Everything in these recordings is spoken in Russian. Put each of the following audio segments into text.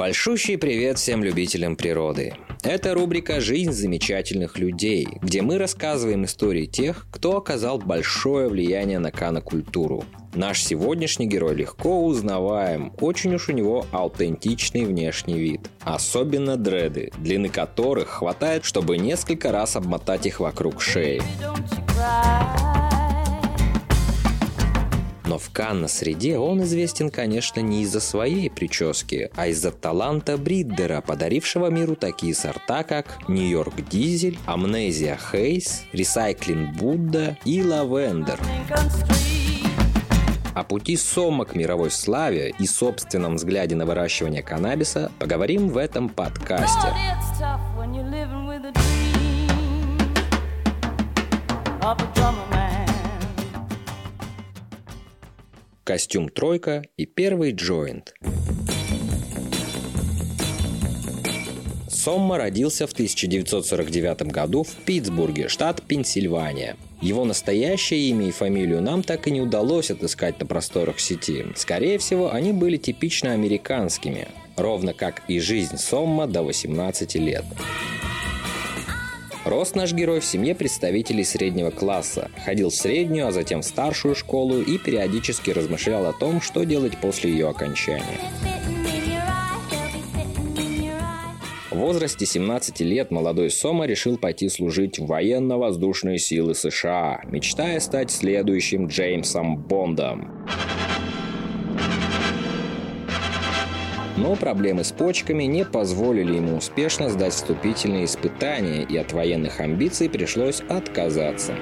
Большущий привет всем любителям природы. Это рубрика «Жизнь замечательных людей», где мы рассказываем истории тех, кто оказал большое влияние на канокультуру. Наш сегодняшний герой легко узнаваем, очень уж у него аутентичный внешний вид. Особенно дреды, длины которых хватает, чтобы несколько раз обмотать их вокруг шеи. Но в Канна-среде он известен, конечно, не из-за своей прически, а из-за таланта бриддера, подарившего миру такие сорта, как Нью-Йорк Дизель, Амнезия Хейс, Ресайклинг Будда и Лавендер. О пути Сомма к мировой славе и собственном взгляде на выращивание каннабиса поговорим в этом подкасте. Костюм «тройка» и первый джойнт. Сомма родился в 1949 году в Питтсбурге, штат Пенсильвания. Его настоящее имя и фамилию нам так и не удалось отыскать на просторах сети. Скорее всего, они были типично американскими, ровно как и жизнь Сомма до 18 лет. Рос наш герой в семье представителей среднего класса, ходил в среднюю, а затем в старшую школу и периодически размышлял о том, что делать после ее окончания. В возрасте 17 лет молодой Сомма решил пойти служить в военно-воздушные силы США, мечтая стать следующим Джеймсом Бондом. Но проблемы с почками не позволили ему успешно сдать вступительные испытания, и от военных амбиций пришлось отказаться.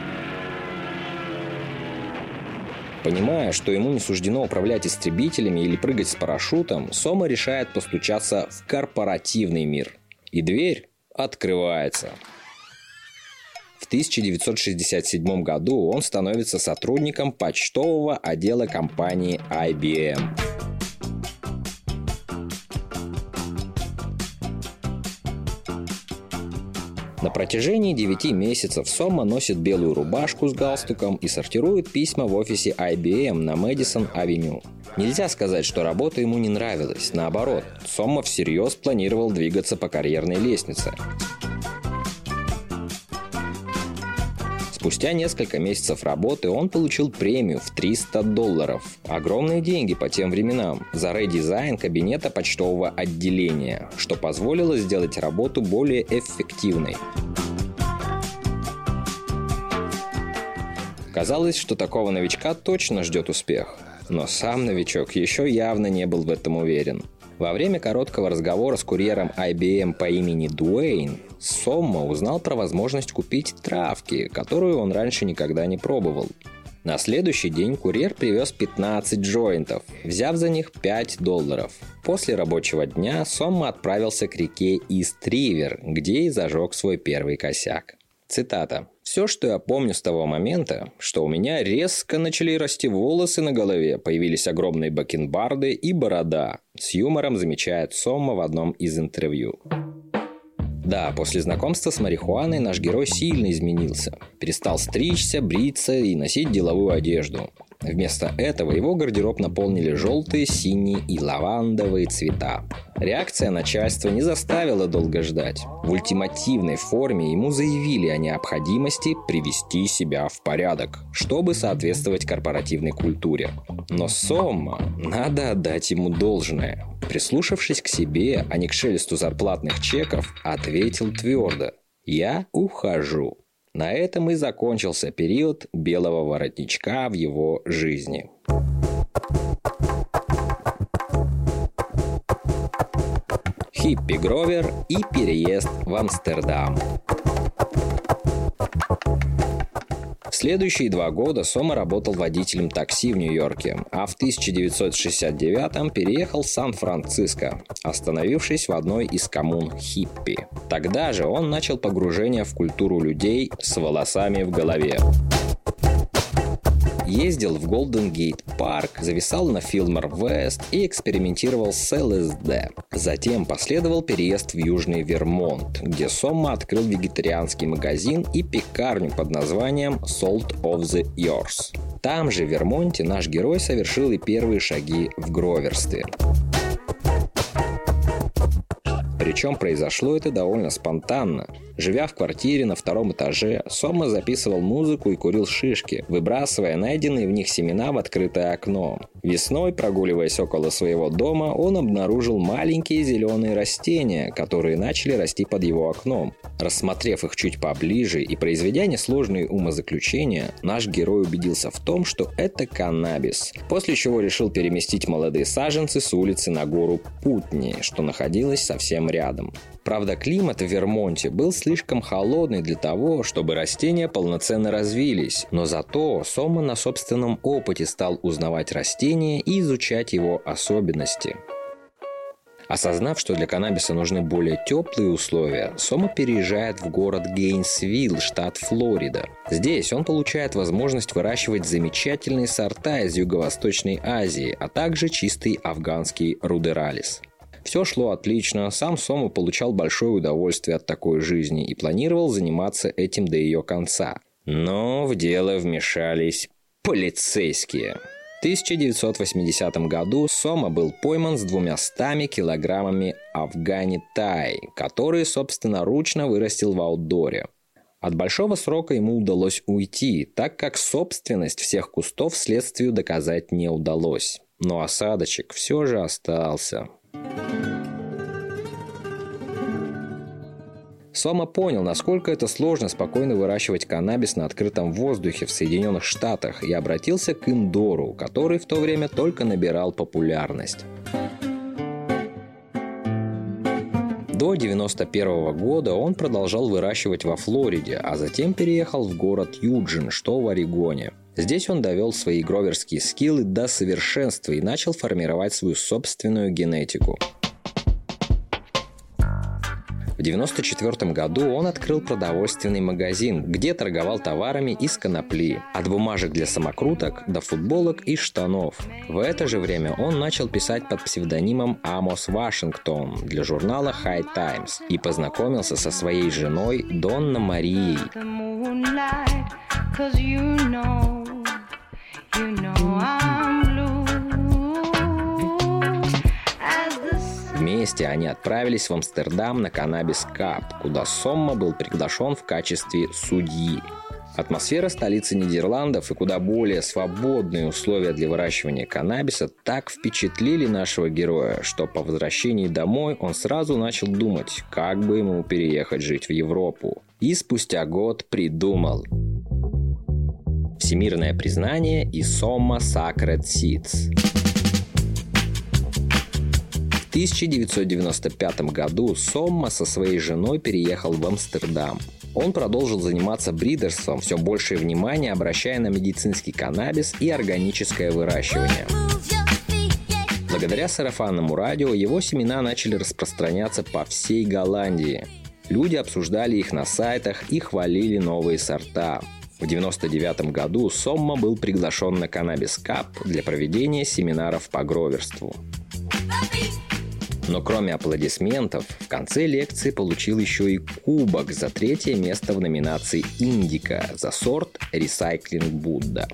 Понимая, что ему не суждено управлять истребителями или прыгать с парашютом, Сомма решает постучаться в корпоративный мир. И дверь открывается. В 1967 году он становится сотрудником почтового отдела компании IBM. На протяжении 9 месяцев Сомма носит белую рубашку с галстуком и сортирует письма в офисе IBM на Мэдисон-авеню. Нельзя сказать, что работа ему не нравилась. Наоборот, Сомма всерьез планировал двигаться по карьерной лестнице. Спустя несколько месяцев работы он получил премию в $300. Огромные деньги по тем временам за редизайн кабинета почтового отделения, что позволило сделать работу более эффективной. Казалось, что такого новичка точно ждет успех, но сам новичок еще явно не был в этом уверен. Во время короткого разговора с курьером IBM по имени Дуэйн, Сомма узнал про возможность купить травки, которую он раньше никогда не пробовал. На следующий день курьер привез 15 джойнтов, взяв за них $5. После рабочего дня Сомма отправился к реке Ист-Ривер, где и зажег свой первый косяк. Цитата. «Все, что я помню с того момента, что у меня резко начали расти волосы на голове, появились огромные бакенбарды и борода», с юмором замечает Сомма в одном из интервью. Да, после знакомства с марихуаной наш герой сильно изменился. Перестал стричься, бриться и носить деловую одежду. Вместо этого его гардероб наполнили желтые, синие и лавандовые цвета. Реакция начальства не заставила долго ждать. В ультимативной форме ему заявили о необходимости привести себя в порядок, чтобы соответствовать корпоративной культуре. Но Сомма, надо отдать ему должное, прислушавшись к себе, а не к шелесту зарплатных чеков, ответил твердо: «Я ухожу». На этом и закончился период белого воротничка в его жизни. Хиппи Гровер и переезд в Амстердам. В следующие 2 года Сомма работал водителем такси в Нью-Йорке, а в 1969-м переехал в Сан-Франциско, остановившись в одной из коммун хиппи. Тогда же он начал погружение в культуру людей с волосами в голове. Ездил в Голден-Гейт парк, зависал на Филмор Вест и экспериментировал с ЛСД. Затем последовал переезд в Южный Вермонт, где Сомма открыл вегетарианский магазин и пекарню под названием Salt of the Earth. Там же, в Вермонте, наш герой совершил и первые шаги в гроверстве. Причем произошло это довольно спонтанно. Живя в квартире на 2-м этаже, Сомма записывал музыку и курил шишки, выбрасывая найденные в них семена в открытое окно. Весной, прогуливаясь около своего дома, он обнаружил маленькие зеленые растения, которые начали расти под его окном. Рассмотрев их чуть поближе и произведя несложные умозаключения, наш герой убедился в том, что это каннабис, после чего решил переместить молодые саженцы с улицы на гору Путни, что находилась совсем рядом. Правда, климат в Вермонте был слишком холодный для того, чтобы растения полноценно развились, но зато Сомма на собственном опыте стал узнавать растения и изучать его особенности. Осознав, что для каннабиса нужны более теплые условия, Сомма переезжает в город Гейнсвилл, штат Флорида. Здесь он получает возможность выращивать замечательные сорта из Юго-Восточной Азии, а также чистый афганский рудералис. Все шло отлично, сам Сомма получал большое удовольствие от такой жизни и планировал заниматься этим до ее конца. Но в дело вмешались полицейские. В 1980 году Сомма был пойман с 200 килограммами афгани-тай, которые собственноручно вырастил в аутдоре. От большого срока ему удалось уйти, так как собственность всех кустов следствию доказать не удалось. Но осадочек все же остался. Сомма понял, насколько это сложно спокойно выращивать каннабис на открытом воздухе в Соединенных Штатах, и обратился к индору, который в то время только набирал популярность. До 1991 года он продолжал выращивать во Флориде, а затем переехал в город Юджин, что в Орегоне. Здесь он довел свои гроверские скиллы до совершенства и начал формировать свою собственную генетику. В 1994 году он открыл продовольственный магазин, где торговал товарами из конопли, от бумажек для самокруток до футболок и штанов. В это же время он начал писать под псевдонимом Амос Вашингтон для журнала High Times и познакомился со своей женой Донна Марией. Вместе они отправились в Амстердам на Cannabis Cup, куда Сомма был приглашен в качестве судьи. Атмосфера столицы Нидерландов и куда более свободные условия для выращивания каннабиса так впечатлили нашего героя, что по возвращении домой он сразу начал думать, как бы ему переехать жить в Европу. И спустя год придумал. Всемирное признание и Soma Sacred Seeds. В 1995 году Сомма со своей женой переехал в Амстердам. Он продолжил заниматься бридерством, все большее внимание обращая на медицинский каннабис и органическое выращивание. Благодаря сарафанному радио его семена начали распространяться по всей Голландии. Люди обсуждали их на сайтах и хвалили новые сорта. В 1999 году Сомма был приглашен на Cannabis Cup для проведения семинаров по гроверству. Но кроме аплодисментов, в конце лекции получил еще и кубок за 3-е место в номинации «Индика» за сорт «Recycling Buddha».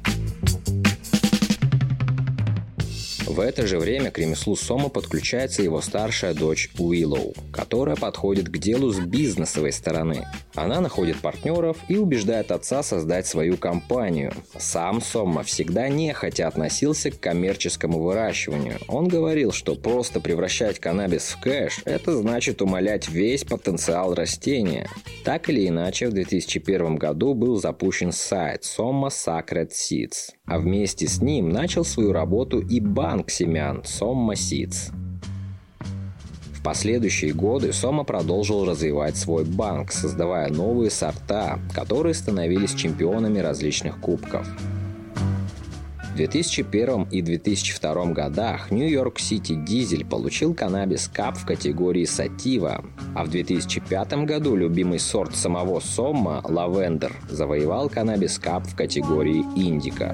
В это же время к ремеслу Сомма подключается его старшая дочь Уиллоу, которая подходит к делу с бизнесовой стороны. Она находит партнеров и убеждает отца создать свою компанию. Сам Сомма всегда нехотя относился к коммерческому выращиванию. Он говорил, что просто превращать каннабис в кэш – это значит умалять весь потенциал растения. Так или иначе, в 2001 году был запущен сайт Soma Sacred Seeds, а вместе с ним начал свою работу и банк семян Soma Seeds. В последующие годы Сомма продолжил развивать свой банк, создавая новые сорта, которые становились чемпионами различных кубков. В 2001 и 2002 годах Нью-Йорк Сити Дизель получил Cannabis Cup в категории Sativa, а в 2005 году любимый сорт самого Сомма, Lavender, завоевал Cannabis Cup в категории Индика.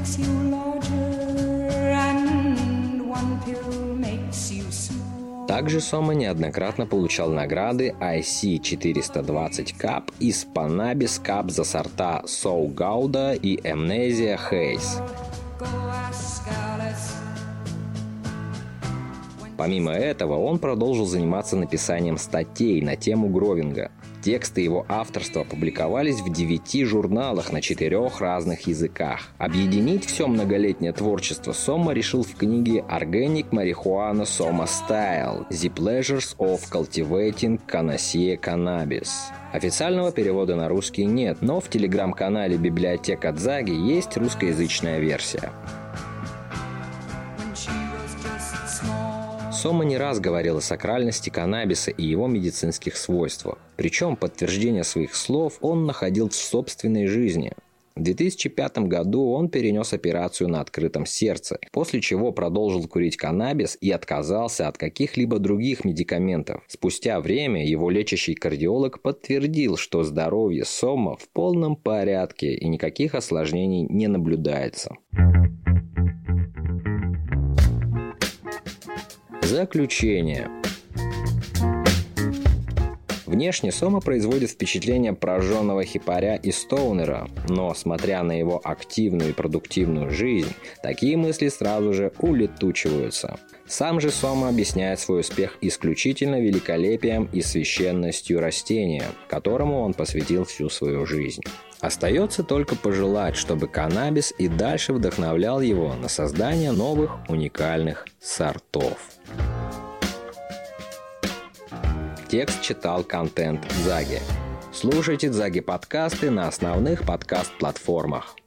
Также Сомма неоднократно получал награды IC 420 Cup и Spannabis Cup за сорта So Gouda и Amnesia Haze. Помимо этого, он продолжил заниматься написанием статей на тему гровинга. Тексты его авторства публиковались в 9 журналах на 4 разных языках. Объединить все многолетнее творчество Сома решил в книге «Organic Marijuana Soma Style – The Pleasures of Cultivating Cannabis Cannabis». Официального перевода на русский нет, но в телеграм-канале «Библиотека Дзаги» есть русскоязычная версия. Сома не раз говорил о сакральности каннабиса и его медицинских свойствах. Причем подтверждение своих слов он находил в собственной жизни. В 2005 году он перенес операцию на открытом сердце, после чего продолжил курить каннабис и отказался от каких-либо других медикаментов. Спустя время его лечащий кардиолог подтвердил, что здоровье Сома в полном порядке и никаких осложнений не наблюдается. Заключение. Внешне Сома производит впечатление прожженного хипаря и стоунера, но, смотря на его активную и продуктивную жизнь, такие мысли сразу же улетучиваются. Сам же Сома объясняет свой успех исключительно великолепием и священностью растения, которому он посвятил всю свою жизнь. Остается только пожелать, чтобы каннабис и дальше вдохновлял его на создание новых уникальных сортов. Текст читал Контент Дзаги. Слушайте Дзаги подкасты на основных подкаст-платформах.